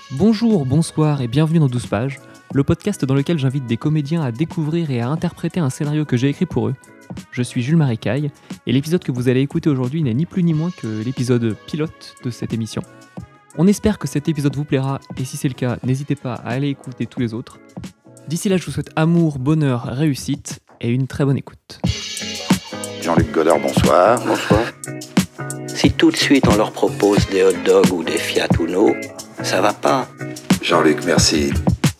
Bonjour, bonsoir et bienvenue dans 12 pages, le podcast dans lequel j'invite des comédiens à découvrir et à interpréter un scénario que j'ai écrit pour eux. Je suis Jules Maricaille et l'épisode que vous allez écouter aujourd'hui n'est ni plus ni moins que l'épisode pilote de cette émission. On espère que cet épisode vous plaira et si c'est le cas, n'hésitez pas à aller écouter tous les autres. D'ici là, je vous souhaite amour, bonheur, réussite et une très bonne écoute. Jean-Luc Godard, bonsoir. Bonsoir. Si tout de suite on leur propose des hot dogs ou des Fiat Uno, ça va pas. Jean-Luc, merci.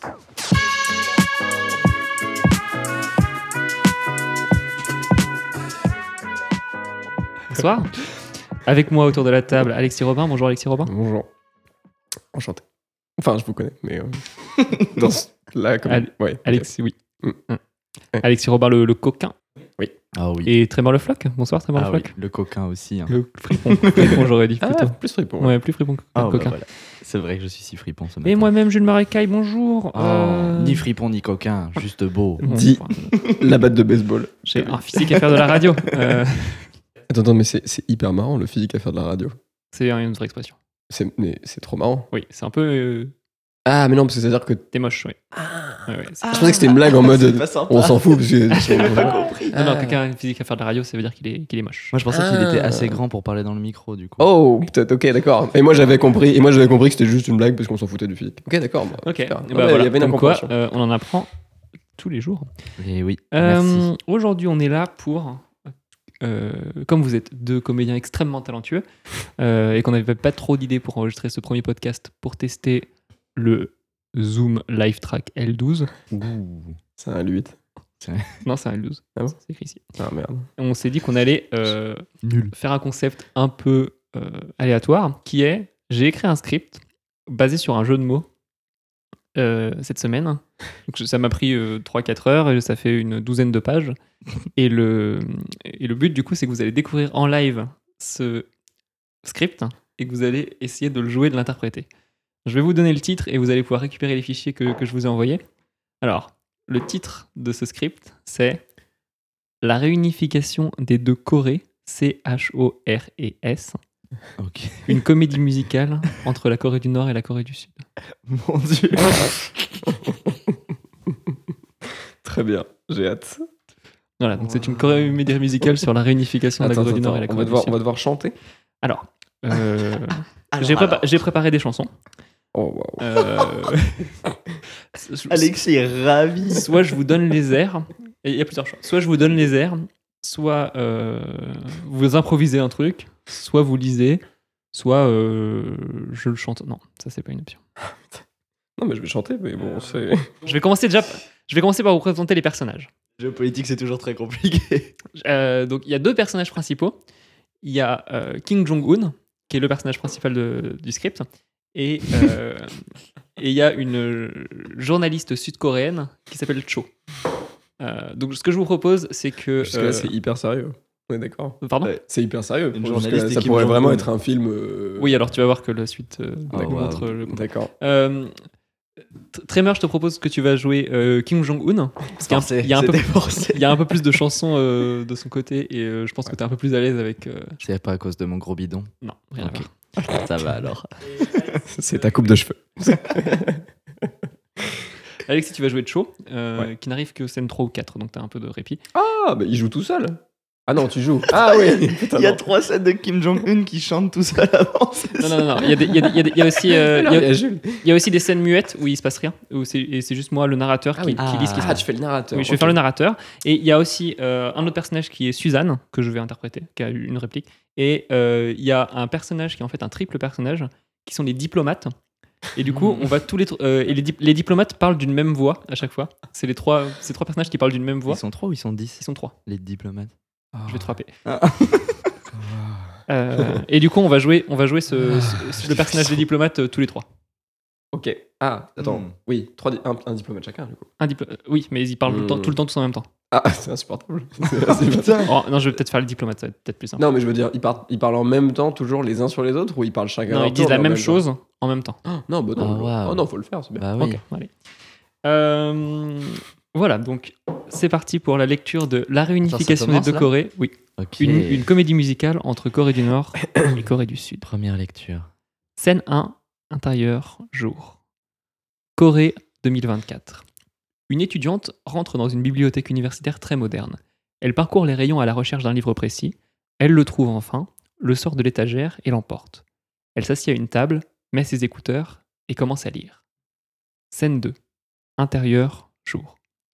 Bonsoir. Avec moi autour de la table, Alexis Robin. Bonjour Alexis Robin. Bonjour. Enchanté. Enfin, je vous connais, mais dans là, comme... ouais, Alexis, oui. Ouais. Alexis Robin, le coquin. Oui. Ah oui. Et Trémor le Floc. Bonsoir Trémor le Ah oui, Floc. le coquin aussi. Hein. Le fripon. Fripon, j'aurais dit plutôt. Plus fripon. Ouais, plus fripon que Ah, le coquin. bah voilà. C'est vrai que je suis si fripon ce matin. Et moi-même, Jules Maricaille, bonjour. Ni fripon ni coquin, juste beau. Bon, Dis enfin, la batte de baseball. j'ai un physique à faire de la radio. Attends, mais c'est hyper marrant le physique à faire de la radio. C'est une vraie expression. Mais c'est trop marrant. Oui, c'est un peu... Ah, mais non, parce que c'est-à-dire que... T'es moche, oui. Ouais, c'est- Je pensais que c'était une blague en mode... On s'en fout, parce que... Non, quelqu'un a une physique à faire de la radio, ça veut dire qu'il est moche. Moi je pensais qu'il Ah. était assez grand pour parler dans le micro du coup. Oh, peut-être, ok, d'accord. Et moi j'avais compris que c'était juste une blague parce qu'on s'en foutait du physique. Ok, d'accord. Bah, Ok, super. et Ah, bah ouais, voilà. il y avait une Comme quoi, incompréhension. on en apprend tous les jours. Et oui, merci. Aujourd'hui, on est là pour, comme vous êtes deux comédiens extrêmement talentueux et qu'on n'avait pas trop d'idées pour enregistrer ce premier podcast pour tester le Zoom Live Track L12. Ouh. C'est un L8. Non, c'est un L12. Ah bon C'est écrit ici. Ah merde. On s'est dit qu'on allait Nul. faire un concept un peu aléatoire qui est j'ai écrit un script basé sur un jeu de mots cette semaine. Donc, ça m'a pris 3-4 heures et ça fait une douzaine de pages. Et le but, du coup, c'est que vous allez découvrir en live ce script et que vous allez essayer de le jouer, de l'interpréter. Je vais vous donner le titre et vous allez pouvoir récupérer les fichiers que je vous ai envoyés. Alors, le titre de ce script, c'est La réunification des deux Corées, C-H-O-R-E-S, Ok. une comédie musicale entre la Corée du Nord et la Corée du Sud. Mon dieu. Très bien, j'ai hâte. Voilà, donc c'est une comédie musicale sur la réunification de la Corée du Nord et la on Corée va du Sud. devoir chanter. Alors, j'ai préparé des chansons. Oh, waouh. Alexis est ravi. Soit je vous donne les airs, et il y a plusieurs choix. Soit je vous donne les airs, soit vous improvisez un truc, soit vous lisez, soit je le chante. Non, ça c'est pas une option. Non, mais je vais chanter, mais bon, c'est... Je vais commencer par vous présenter les personnages. Géopolitique c'est toujours très compliqué. Donc il y a deux personnages principaux. Il y a Kim Jong-un, qui est le personnage principal du script, et il y a une journaliste sud-coréenne qui s'appelle Cho. Donc ce que je vous propose, c'est que... Jusque-là, c'est hyper sérieux. On est d'accord. Pardon Ouais. C'est hyper sérieux. Une Jusque-là, journaliste et ça Kim pourrait vraiment Jong-un. être un film... Oui, alors tu vas voir que la suite Ah, wow. montre le... D'accord. Trémeur, je te propose que tu vas jouer Kim Jong-un. Parce qu'il y a un peu plus de chansons de son côté et je pense que tu es un peu plus à l'aise avec... C'est pas à cause de mon gros bidon. Non, rien Ok. à voir. Ça va alors. C'est ta coupe de cheveux. Alexis, tu vas jouer Cho, qui n'arrive que scène 3 ou 4, donc tu as un peu de répit. Ah, bah il joue tout seul. Ah non, tu joues. Ah oui. Putain, Il y a non. 3 scènes de Kim Jong-un qui chantent tout seul avant. Non. Il y a aussi... Il y a Jules. Il y a aussi des scènes muettes où il se passe rien, et c'est juste moi, le narrateur, qui lit ce qui se Ah, passe. tu fais le narrateur. Oui, je vais faire le narrateur. Et il y a aussi un autre personnage qui est Suzanne, que je vais interpréter, qui a une réplique. Et il y a un personnage qui est en fait un triple personnage, qui sont les diplomates. Et du coup, on va tous et les diplomates parlent d'une même voix à chaque fois. C'est ces trois personnages qui parlent d'une même voix. Ils sont 3 ou ils sont 10 Ils sont 3. les diplomates. Je vais te frapper. Ah. Et du coup, on va jouer le personnage des diplomates tous les 3. Ok. Ah, attends. Hmm. Oui, un diplomate chacun, du coup. Oui, mais ils parlent tout le temps tous en même temps. Ah, c'est insupportable. C'est Oh, non, je vais peut-être faire le diplomate, ça va être peut-être plus simple. Non, mais je veux dire, ils parlent en même temps, toujours les uns sur les autres, ou ils parlent chacun Non, leur ils disent tour, la mais en même temps chose en même temps. Non, bah non. Ah, waouh. Oh non, faut le faire, c'est bien. Bah oui. Ok, allez. Voilà, donc c'est parti pour la lecture de La réunification commence, des deux là Corées. Oui, Ok. une comédie musicale entre Corée du Nord et Corée du Sud. Première lecture. Scène 1, intérieur, jour. Corée 2024. Une étudiante rentre dans une bibliothèque universitaire très moderne. Elle parcourt les rayons à la recherche d'un livre précis. Elle le trouve enfin, le sort de l'étagère et l'emporte. Elle s'assied à une table, met ses écouteurs et commence à lire. Scène 2. Intérieur, jour.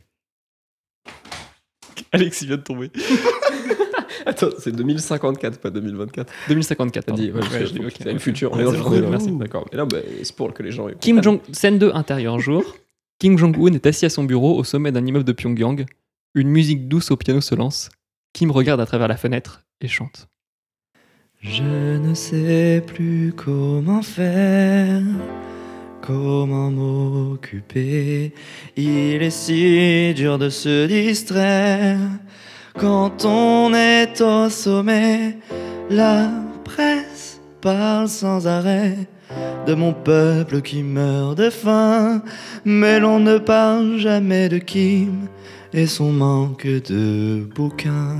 Alexis vient de tomber. Attends, c'est 2054, pas 2024. 2054, T'as dit, pardon. ouais, je dis, ok. c'est le futur. Ouais, c'est vrai, merci. D'accord. Mais là, bah, c'est pour que les gens. Kim Jong... Scène 2, intérieur, jour. Kim Jong-un est assis à son bureau au sommet d'un immeuble de Pyongyang. Une musique douce au piano se lance. Kim regarde à travers la fenêtre et chante. Je ne sais plus comment faire, comment m'occuper. Il est si dur de se distraire quand on est au sommet. La presse parle sans arrêt de mon peuple qui meurt de faim, mais l'on ne parle jamais de Kim et son manque de bouquins.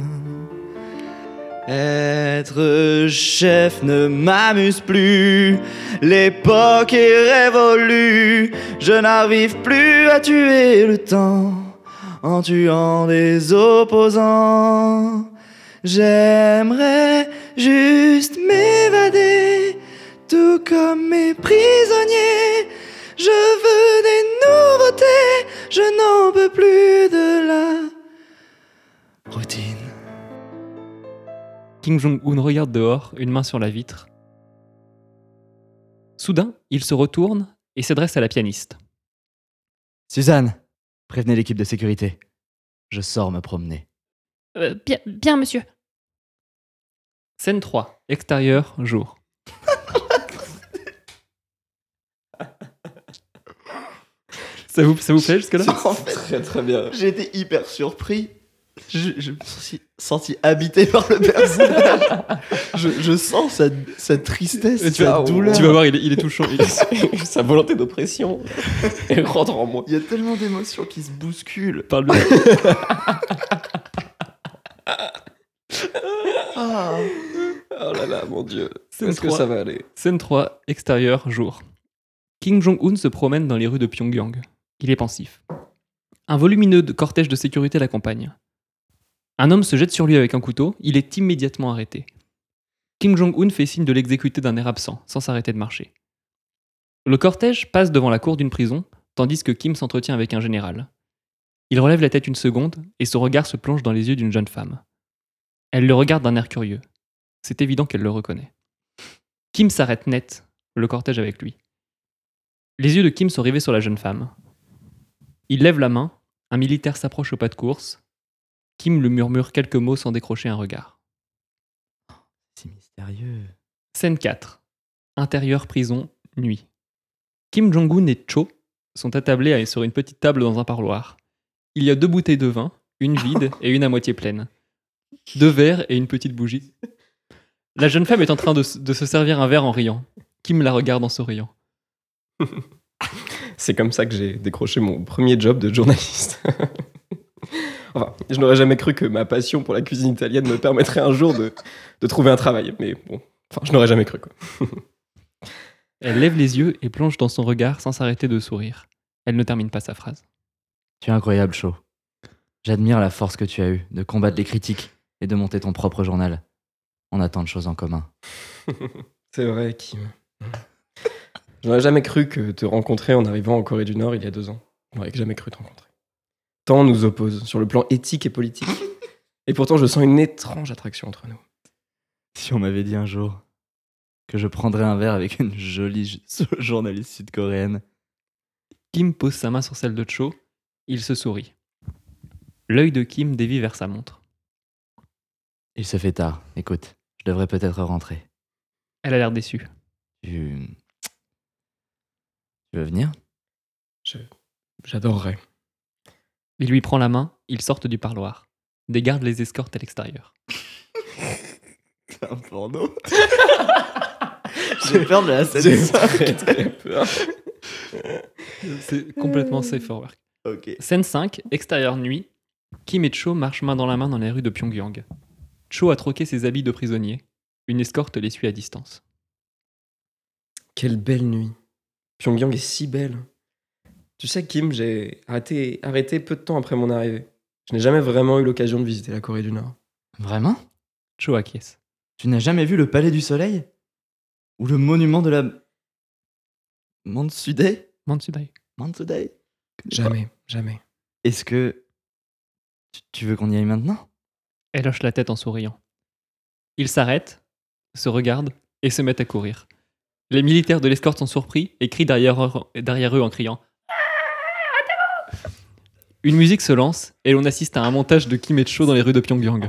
Être chef ne m'amuse plus, l'époque est révolue, je n'arrive plus à tuer le temps en tuant des opposants. J'aimerais juste m'évader, tout comme mes prisonniers. Je veux des nouveautés, je n'en peux plus de la routine. Kim Jong-un regarde dehors, une main sur la vitre. Soudain, il se retourne et s'adresse à la pianiste. Suzanne, prévenez l'équipe de sécurité. Je sors me promener. Bien, monsieur. Scène 3, extérieur, jour. Ça vous plaît jusque-là? En fait, Très très bien. j'ai été hyper surpris. Je me suis senti habité par le personnage. je sens sa tristesse, Tu sa vas, douleur. tu vas voir, il est touchant. Sa volonté d'oppression elle rentre en moi. Il y a tellement d'émotions qui se bousculent. Parle de... Ah. Oh là là, mon Dieu. Scène Est-ce que 3. ça va aller? Scène 3, extérieur, jour. Kim Jong-un se promène dans les rues de Pyongyang. Il est pensif. Un volumineux cortège de sécurité l'accompagne. Un homme se jette sur lui avec un couteau, il est immédiatement arrêté. Kim Jong-un fait signe de l'exécuter d'un air absent, sans s'arrêter de marcher. Le cortège passe devant la cour d'une prison, tandis que Kim s'entretient avec un général. Il relève la tête une seconde, et son regard se plonge dans les yeux d'une jeune femme. Elle le regarde d'un air curieux. C'est évident qu'elle le reconnaît. Kim s'arrête net, le cortège avec lui. Les yeux de Kim sont rivés sur la jeune femme. Il lève la main, un militaire s'approche au pas de course. Kim lui murmure quelques mots sans décrocher un regard. C'est mystérieux. Scène 4. Intérieur prison, nuit. Kim Jong-un et Cho sont attablés sur une petite table dans un parloir. Il y a 2 bouteilles de vin, une vide et une à moitié pleine. 2 verres et une petite bougie. La jeune femme est en train de se servir un verre en riant. Kim la regarde en souriant. C'est comme ça que j'ai décroché mon premier job de journaliste. Enfin, je n'aurais jamais cru que ma passion pour la cuisine italienne me permettrait un jour de trouver un travail. Mais bon, enfin, je n'aurais jamais cru, quoi. Elle lève les yeux et plonge dans son regard sans s'arrêter de sourire. Elle ne termine pas sa phrase. Tu es incroyable, Cho. J'admire la force que tu as eue de combattre les critiques et de monter ton propre journal. On a tant de choses en commun. C'est vrai, Kim. Je n'aurais jamais cru que te rencontrer en arrivant en Corée du Nord il y a 2 ans. Je n'aurais jamais cru te rencontrer. Tant nous oppose sur le plan éthique et politique. Et pourtant, je sens une étrange attraction entre nous. Si on m'avait dit un jour que je prendrais un verre avec une jolie journaliste sud-coréenne. Kim pose sa main sur celle de Cho. Il se sourit. L'œil de Kim dévie vers sa montre. Il se fait tard. Écoute, je devrais peut-être rentrer. Elle a l'air déçue. Tu veux venir? J'adorerais. Il lui prend la main, ils sortent du parloir. Des gardes les escortent à l'extérieur. C'est un porno. J'ai peur de la scène. J'ai très très peur. C'est complètement safe for work. Ok. Scène 5, extérieur nuit. Kim et Cho marchent main dans la main dans les rues de Pyongyang. Cho a troqué ses habits de prisonnier. Une escorte les suit à distance. Quelle belle nuit. Pyongyang est si belle. Tu sais, Kim, j'ai arrêté peu de temps après mon arrivée. Je n'ai jamais vraiment eu l'occasion de visiter la Corée du Nord. Vraiment? Cho acquiesce. Tu n'as jamais vu le Palais du Soleil? Ou le monument de la... Mansudai? Mansudai. Mansudai? Je connais pas. Jamais. Est-ce que... Tu veux qu'on y aille maintenant? Elle hoche la tête en souriant. Ils s'arrêtent, se regardent et se mettent à courir. Les militaires de l'escorte sont surpris et crient derrière eux en criant « Une musique se lance et l'on assiste à un montage de Kim et Cho dans les rues de Pyongyang.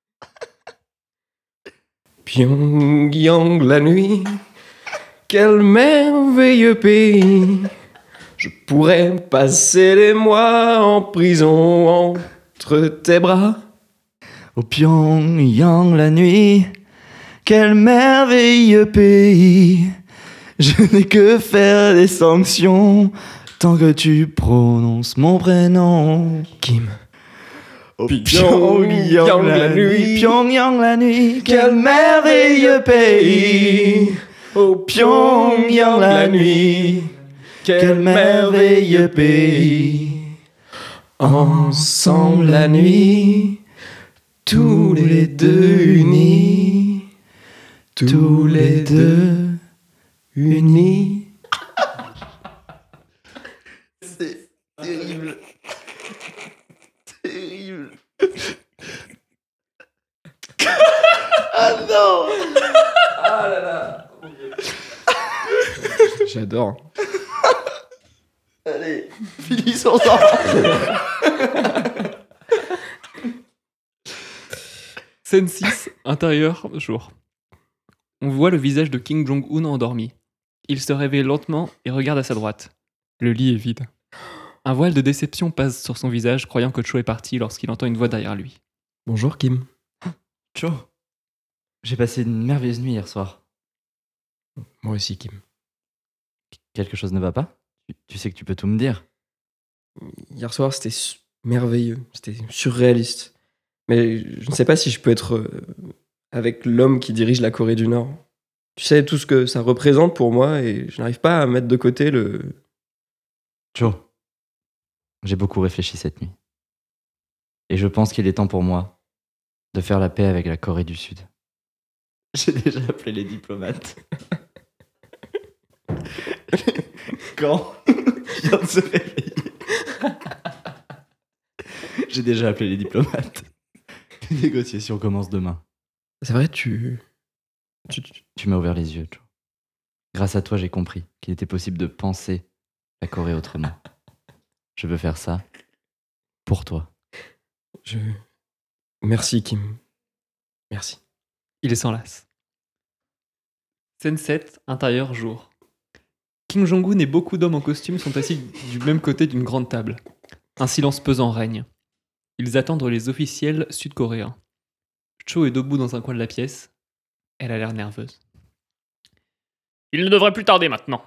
Pyongyang la nuit, quel merveilleux pays. Je pourrais passer des mois en prison entre tes bras. Au Pyongyang la nuit, quel merveilleux pays. Je n'ai que faire des sanctions tant que tu prononces mon prénom. Kim. Au Pyongyang la nuit, Pyongyang la nuit, quel merveilleux pays. Au Pyongyang la nuit, quel merveilleux pays. Ensemble la nuit, tous les deux unis, tous les deux unis. C'est terrible. Terrible. Ah non. Ah là là. J'adore. Allez, finissons-en. Scène 6, intérieur, jour. On voit le visage de Kim Jong-un endormi. Il se réveille lentement et regarde à sa droite. Le lit est vide. Un voile de déception passe sur son visage, croyant que Cho est parti lorsqu'il entend une voix derrière lui. Bonjour Kim. Cho, j'ai passé une merveilleuse nuit hier soir. Moi aussi Kim. Quelque chose ne va pas? Tu sais que tu peux tout me dire. Hier soir c'était merveilleux, c'était surréaliste. Mais je ne sais pas si je peux être avec l'homme qui dirige la Corée du Nord. Tu sais tout ce que ça représente pour moi et je n'arrive pas à mettre de côté le... Cho, j'ai beaucoup réfléchi cette nuit. Et je pense qu'il est temps pour moi de faire la paix avec la Corée du Sud. J'ai déjà appelé les diplomates. Quand il vient de se réveiller. J'ai déjà appelé les diplomates. Les négociations commencent demain. C'est vrai, tu m'as ouvert les yeux, Cho. Grâce à toi, j'ai compris qu'il était possible de penser la Corée autrement. Je veux faire ça pour toi. Merci Kim. Merci. Il s'enlace. Scène 7, intérieur, jour. Kim Jong-un et beaucoup d'hommes en costume sont assis du même côté d'une grande table. Un silence pesant règne. Ils attendent les officiels sud-coréens. Cho est debout dans un coin de la pièce. Elle a l'air nerveuse. Il ne devrait plus tarder maintenant.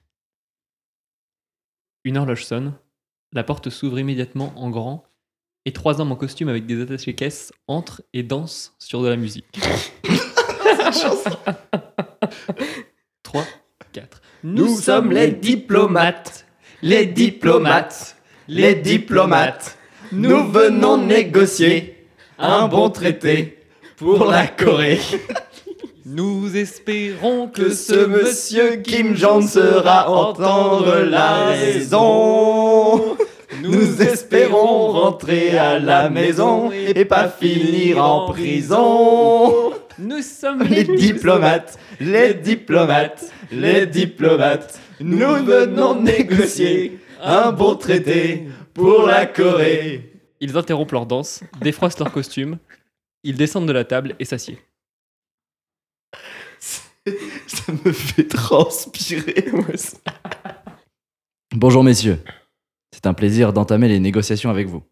Une horloge sonne. La porte s'ouvre immédiatement en grand et 3 hommes en costume avec des attachés-caisses entrent et dansent sur de la musique. 3, 4. Nous sommes les diplomates, les diplomates, les diplomates. Nous venons négocier un bon traité pour la Corée. Nous espérons Que ce monsieur Kim Jong saura entendre la raison. Nous espérons rentrer à la maison et pas finir en prison. nous sommes Les diplomates, les diplomates, les diplomates. Nous venons négocier un bon traité pour la Corée. Ils interrompent leur danse, défroissent leurs costumes, ils descendent de la table et s'assiedent. Ça me fait transpirer, moi aussi. Bonjour messieurs. C'est un plaisir d'entamer les négociations avec vous.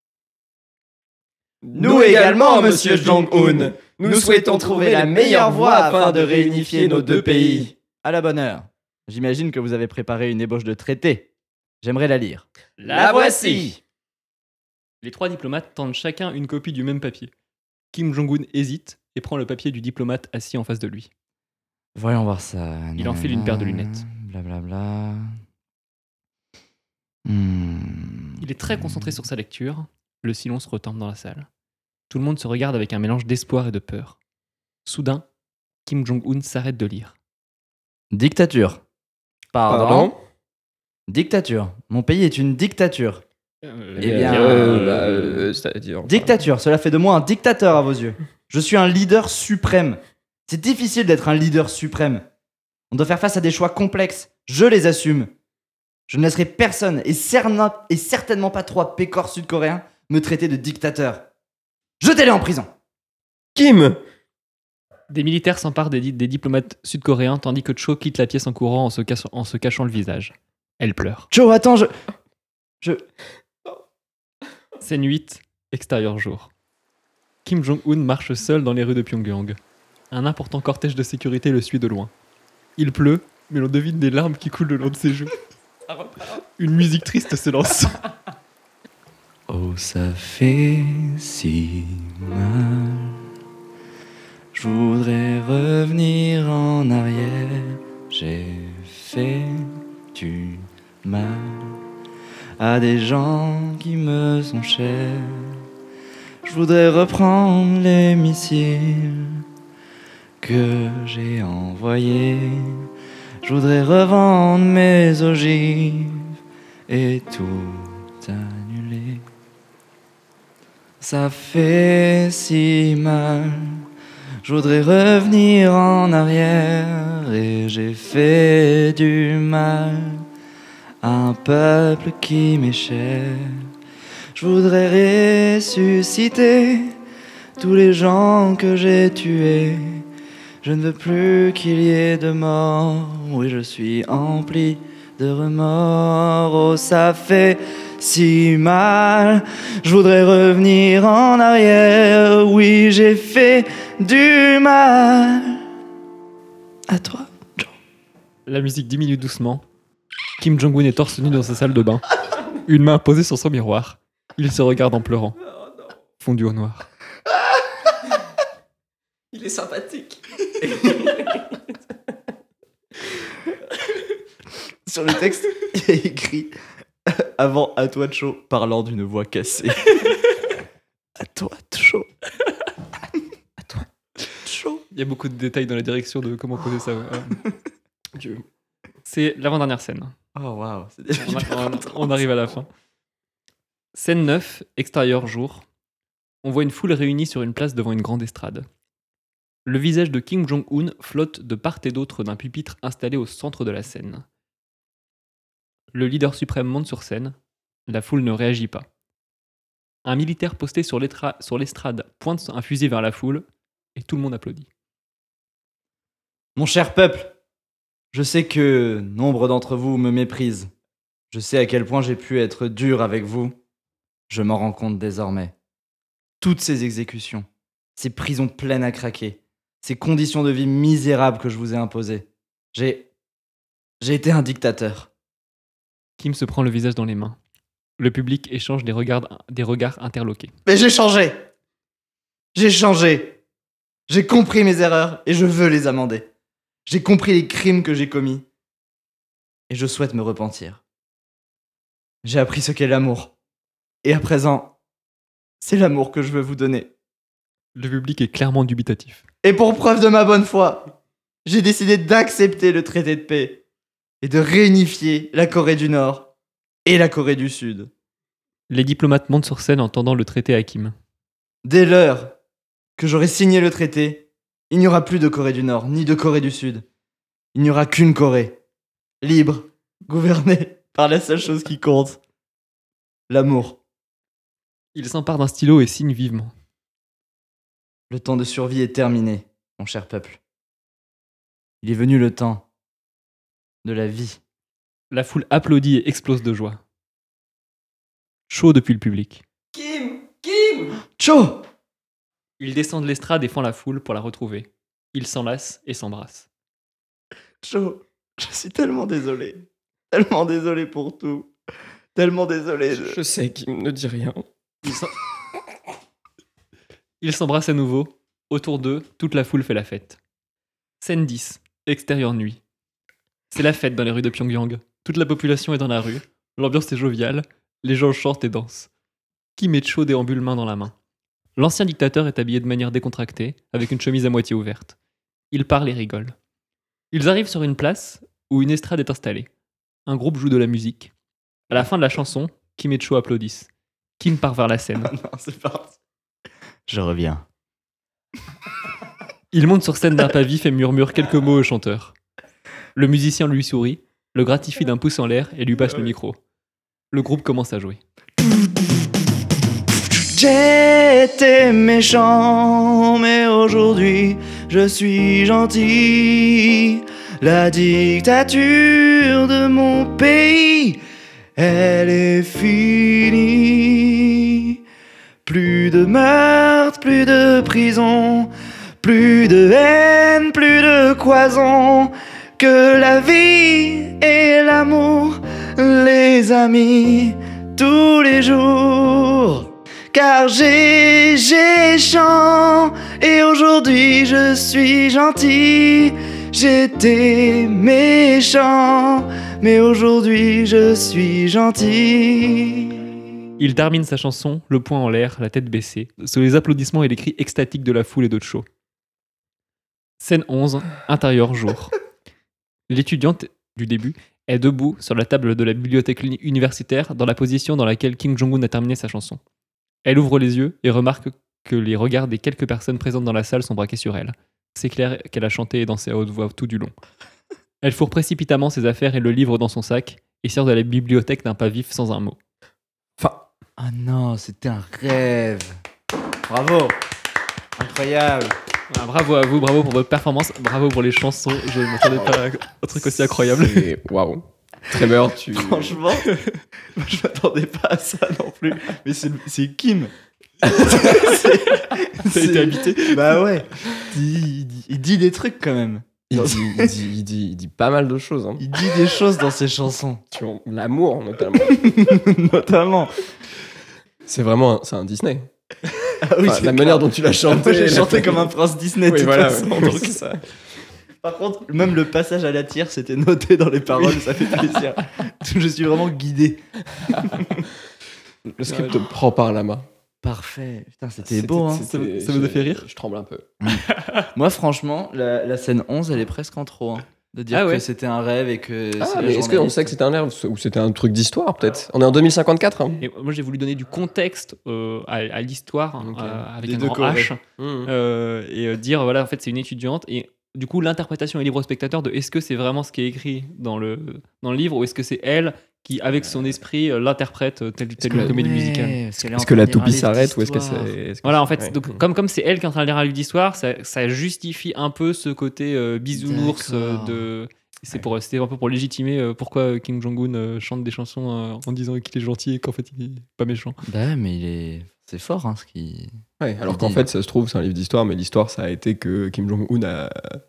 Nous également, monsieur Jong-un. Nous souhaitons trouver la meilleure voie afin de réunifier nos deux pays. À la bonne heure. J'imagine que vous avez préparé une ébauche de traité. J'aimerais la lire. La voici. Les 3 diplomates tendent chacun une copie du même papier. Kim Jong-un hésite et prend le papier du diplomate assis en face de lui. Voyons voir ça. Il enfile une paire de lunettes. Blablabla. est très concentré sur sa lecture. Le silence retombe dans la salle. Tout le monde se regarde avec un mélange d'espoir et de peur. Soudain, Kim Jong-un s'arrête de lire. Dictature. Pardon. Dictature. Mon pays est une dictature. Eh bien, c'est-à-dire... Dictature, cela fait de moi un dictateur à vos yeux. Je suis un leader suprême. C'est difficile d'être un leader suprême. On doit faire face à des choix complexes. Je les assume. Je ne laisserai personne, et certainement pas trois pécores sud-coréens, me traiter de dictateur. Jetez-les en prison. Kim! Des militaires s'emparent des diplomates sud-coréens tandis que Cho quitte la pièce en courant en se cachant le visage. Elle pleure. Cho, attends, Scène 8, extérieur jour. Kim Jong-un marche seul dans les rues de Pyongyang. Un important cortège de sécurité le suit de loin. Il pleut, mais l'on devine des larmes qui coulent le long de ses joues. Une musique triste se lance. Oh, ça fait si mal. Je voudrais revenir en arrière. J'ai fait du mal à des gens qui me sont chers. Je voudrais reprendre les missiles que j'ai envoyés. Je voudrais revendre mes ogives et tout annuler. Ça fait si mal. Je voudrais revenir en arrière et j'ai fait du mal à un peuple qui m'est cher. Je voudrais ressusciter tous les gens que j'ai tués. Je ne veux plus qu'il y ait de morts. Oui, je suis empli de remords. Oh, ça fait si mal. Je voudrais revenir en arrière. Oui, j'ai fait du mal. À toi, Joe. La musique diminue doucement. Kim Jong-un est torse nu dans sa salle de bain. Une main posée sur son miroir. Il se regarde en pleurant. Fondu au noir. Il est sympathique. Sur le texte, il y a écrit avant à toi Cho, parlant d'une voix cassée. À toi Cho. À toi Cho. Il y a beaucoup de détails dans la direction de comment poser ça. C'est l'avant-dernière scène. Oh waouh, c'est déjà On arrive à la fin. Scène 9, extérieur jour. On voit une foule réunie sur une place devant une grande estrade. Le visage de Kim Jong-un flotte de part et d'autre d'un pupitre installé au centre de la scène. Le leader suprême monte sur scène. La foule ne réagit pas. Un militaire posté sur l'estrade pointe un fusil vers la foule et tout le monde applaudit. Mon cher peuple, je sais que nombre d'entre vous me méprisent. Je sais à quel point j'ai pu être dur avec vous. Je m'en rends compte désormais. Toutes ces exécutions, ces prisons pleines à craquer, ces conditions de vie misérables que je vous ai imposées. J'ai été un dictateur. Kim se prend le visage dans les mains. Le public échange des regards interloqués. Mais j'ai changé. J'ai changé. J'ai compris mes erreurs et je veux les amender. J'ai compris les crimes que j'ai commis. Et je souhaite me repentir. J'ai appris ce qu'est l'amour. Et à présent, c'est l'amour que je veux vous donner. Le public est clairement dubitatif. Et pour preuve de ma bonne foi, j'ai décidé d'accepter le traité de paix et de réunifier la Corée du Nord et la Corée du Sud. Les diplomates montent sur scène en tendant le traité à Kim. Dès l'heure que j'aurai signé le traité, il n'y aura plus de Corée du Nord ni de Corée du Sud. Il n'y aura qu'une Corée, libre, gouvernée par la seule chose qui compte, l'amour. Il s'empare d'un stylo et signe vivement. Le temps de survie est terminé, mon cher peuple. Il est venu le temps de la vie. La foule applaudit et explose de joie. Chaud depuis le public. Kim! Cho! Il descend de l'estrade et fend la foule pour la retrouver. Ils s'enlacent et s'embrassent. Cho, je suis tellement désolé. Tellement désolé pour tout. Tellement désolé. Je sais, Kim, ne dis rien. Ils s'embrassent à nouveau. Autour d'eux, toute la foule fait la fête. Scène 10. Extérieur nuit. C'est la fête dans les rues de Pyongyang. Toute la population est dans la rue. L'ambiance est joviale. Les gens chantent et dansent. Kim Cho déambule main dans la main. L'ancien dictateur est habillé de manière décontractée, avec une chemise à moitié ouverte. Il parle et rigole. Ils arrivent sur une place où une estrade est installée. Un groupe joue de la musique. À la fin de la chanson, Kim et Cho applaudissent. Kim part vers la scène. Non, c'est parti. Je reviens. Il monte sur scène d'un pas vif et murmure quelques mots au chanteur. Le musicien lui sourit, le gratifie d'un pouce en l'air et lui passe le micro. Le groupe commence à jouer. J'étais méchant, mais aujourd'hui je suis gentil. La dictature de mon pays, elle est finie. Plus de meurtres, plus de prison, plus de haine, plus de cloison. Que la vie et l'amour, les amis, tous les jours. Car j'ai chant et aujourd'hui je suis gentil. J'étais méchant, mais aujourd'hui je suis gentil. Il termine sa chanson, le poing en l'air, la tête baissée, sous les applaudissements et les cris extatiques de la foule et de Cho. Scène 11, intérieur jour. L'étudiante du début est debout sur la table de la bibliothèque universitaire dans la position dans laquelle Kim Jong-un a terminé sa chanson. Elle ouvre les yeux et remarque que les regards des quelques personnes présentes dans la salle sont braqués sur elle. C'est clair qu'elle a chanté et dansé à haute voix tout du long. Elle fourre précipitamment ses affaires et le livre dans son sac et sort de la bibliothèque d'un pas vif sans un mot. Ah non, c'était un rêve. Bravo. Incroyable. Voilà, bravo à vous, bravo pour votre performance, bravo pour les chansons. Je ne m'attendais pas à un truc aussi incroyable. Waouh. Trevor, tu. Franchement, je m'attendais pas à ça non plus. Mais c'est Kim. T'as été habité. Bah ouais. Il dit des trucs quand même. Il dit pas mal de choses. Hein. Il dit des choses dans ses chansons. L'amour, notamment. Notamment. C'est vraiment c'est un Disney. Ah oui, La manière dont tu l'as chanté. J'ai chanté comme un prince Disney. Oui, de toute voilà. façon, Ouais. donc ça. Par contre, même le passage à la tire, c'était noté dans les paroles, ça fait plaisir. Je suis vraiment guidé. Le script te prend par la main. Parfait. Putain, c'était beau, hein. Ça vous a fait rire ? Je tremble un peu. Moi, franchement, la scène 11, elle est presque en trop. Hein. De dire Ah ouais. que c'était un rêve et que. Ah, c'est la mais est-ce qu'on journaliste. sait que c'était un rêve ou c'était un truc d'histoire, peut-être ? On est en 2054. Hein. Et moi j'ai voulu donner du contexte à l'histoire Ok. avec Les un deux grand Corées. H et dire voilà en fait c'est une étudiante et du coup l'interprétation est libre au spectateur de est-ce que c'est vraiment ce qui est écrit dans le livre ou est-ce que c'est elle qui avec son esprit l'interprète telle que une la- comédie musicale. Est-ce que la toupie s'arrête ou est-ce que c'est. Voilà, en fait, Ouais. donc, comme c'est elle qui est en train de lire un livre d'histoire, ça justifie un peu ce côté bisounours D'accord. de. C'était un peu pour légitimer pourquoi Kim Jong-un chante des chansons en disant qu'il est gentil et qu'en fait il est pas méchant. Bah, mais c'est fort, hein, ce qui. Ouais, alors Il qu'en dit- fait, ça se trouve, c'est un livre d'histoire, mais l'histoire, ça a été que Kim Jong-un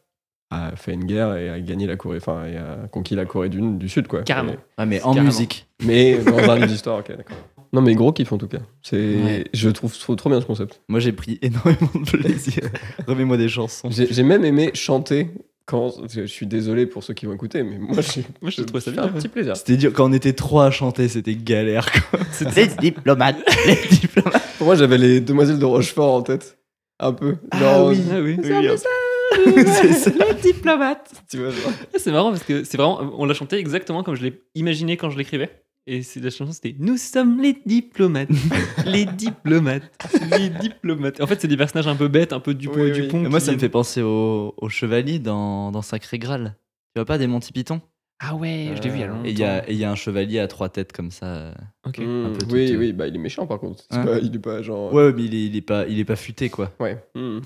a fait une guerre et a gagné la Corée, enfin, et a conquis la Corée du Sud, quoi. Carrément. Ouais, mais en Carrément. musique. Mais dans un livre d'histoire, ok, d'accord. Non, mais gros kiff en tout cas. Ouais. Je trouve trop bien ce concept. Moi, j'ai pris énormément de plaisir. Remets-moi des chansons. J'ai même aimé chanter quand. Je suis désolé pour ceux qui vont écouter, mais moi, j'ai trouvé ça fait bien, un petit plaisir. C'était dur, quand on était trois à chanter, c'était galère, quoi. Les diplomates. Pour moi, j'avais les Demoiselles de Rochefort en tête. Un peu. Ah Genre, oui. Ah oui. C'est ça. Les diplomates. Tu vois, genre. C'est marrant parce que c'est vraiment, on l'a chanté exactement comme je l'ai imaginé quand je l'écrivais. Et la chanson c'était Nous sommes les diplomates, les diplomates, les diplomates. En fait, c'est des personnages un peu bêtes, un peu Dupont Oui, et oui. Dupont. Moi, qui- ça me fait penser au chevalier dans Sacré Graal. Tu vois pas des Monty Python? Ah ouais, je l'ai vu il y a longtemps. Et il y a un chevalier à trois têtes comme ça. Ok. Un peu Oui, tout, oui, bah il est méchant par contre. Hein Il est pas genre. Ouais, mais il est pas futé, quoi. Ouais.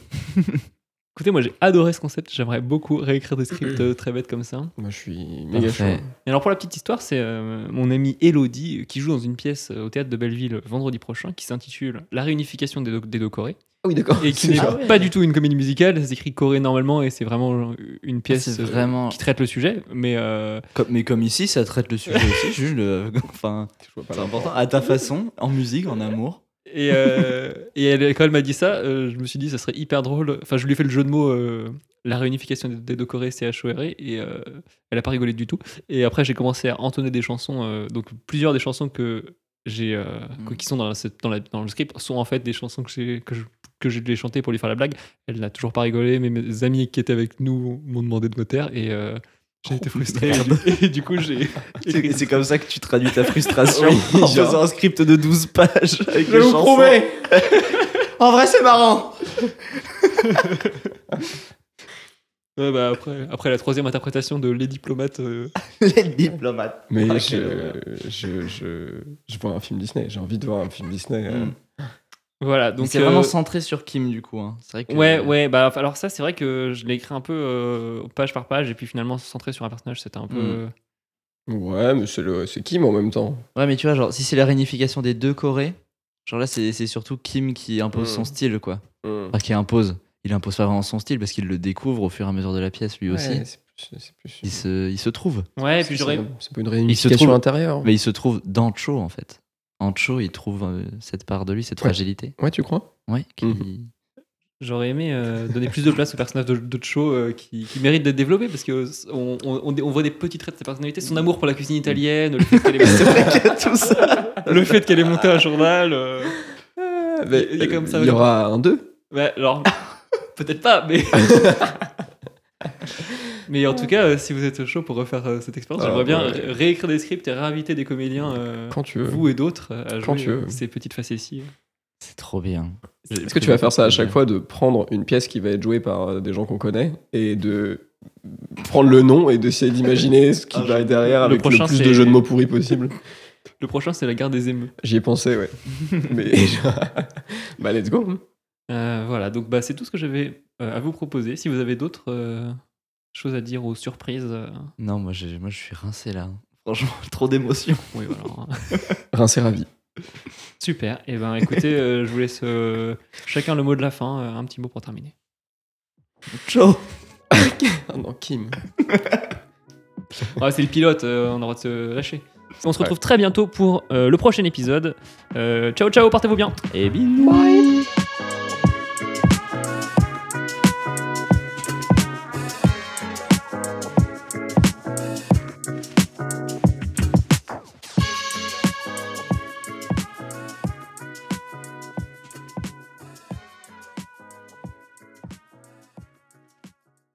Écoutez, moi j'ai adoré ce concept. J'aimerais beaucoup réécrire des scripts très bêtes comme ça. Moi, je suis méga chaud. Parfait. Et alors pour la petite histoire, c'est mon amie Elodie qui joue dans une pièce au théâtre de Belleville vendredi prochain qui s'intitule La réunification des deux Corées Ah oui, d'accord. et qui n'est pas du tout une comédie musicale. Ça s'écrit Corée normalement et c'est vraiment une pièce c'est vraiment- qui traite le sujet. Mais Mais comme ici, ça traite le sujet aussi, juste enfin, Je vois pas c'est là. important. À ta façon, en musique, en amour. et quand elle m'a dit ça, je me suis dit ça serait hyper drôle. Enfin, je lui ai fait le jeu de mots La réunification des deux Corées, CHORE, et elle a pas rigolé du tout. Et après, j'ai commencé à entonner des chansons, donc plusieurs des chansons que qui sont dans le script sont en fait des chansons que je lui ai chantées pour lui faire la blague. Elle n'a toujours pas rigolé, mais mes amis qui étaient avec nous m'ont demandé de me taire et j'ai été frustré. Et du coup, j'ai. C'est comme ça que tu traduis ta frustration Oui, en genre. faisant un script de 12 pages avec Je les vous chansons. promets. En vrai, c'est marrant. Ouais, bah après la troisième interprétation de Les Diplomates. Les diplomates. Mais Ah, je vois un film Disney. J'ai envie de voir un film Disney. Voilà, Donc donc. c'est vraiment centré sur Kim du coup. Hein. C'est vrai que... Ouais, bah alors ça, c'est vrai que je l'ai écrit un peu page par page et puis finalement centré sur un personnage, c'était un peu. Ouais, mais c'est Kim en même temps. Ouais, mais tu vois, genre, si c'est la réunification des deux Corées, genre là, c'est surtout Kim qui impose son style, quoi. Enfin, qui impose. Il impose pas vraiment son style parce qu'il le découvre au fur et à mesure de la pièce, lui aussi. Ouais, c'est plus. Il se trouve. Ouais, et puis j'aurais. C'est pas une réunification trouve- intérieure. Mais il se trouve dans Cho, en fait. En Cho, il trouve cette part de lui, cette fragilité. Ouais, tu crois? Ouais, J'aurais aimé donner plus de place au personnage de Cho qui mérite d'être développé parce que on voit des petits traits de sa personnalité, son amour pour la cuisine italienne, le fait qu'elle est tout ça. le fait qu'elle ait monté un journal. Mais il y a comme ça. Il y aura un 2. Ouais, alors peut-être pas, mais. Mais en tout cas, si vous êtes chaud pour refaire cette expérience, j'aimerais bien réécrire des scripts et réinviter des comédiens, Quand tu veux. vous et d'autres, à Quand jouer tu veux. ces petites facéties. C'est trop bien. Est-ce que tu vas faire ça à chaque fois, de prendre une pièce qui va être jouée par des gens qu'on connaît et de prendre le nom et d'essayer d'imaginer ce qui va être derrière avec le prochain, plus c'est- de jeux de mots pourris possible? Le prochain, c'est la guerre des émeux. J'y ai pensé, ouais. Mais bah let's go. Voilà, donc c'est tout ce que j'avais à vous proposer. Si vous avez d'autres choses à dire ou surprises, Non, moi je suis rincé là. Franchement, trop d'émotions. oui, voilà. Rincé ravi. Super. Et ben, écoutez, je vous laisse chacun le mot de la fin, un petit mot pour terminer. Cho. Ah non, Kim. Ouais, c'est le pilote, on a le droit de se lâcher. On se retrouve très bientôt pour le prochain épisode. Ciao, ciao, portez-vous bien. Et bisous.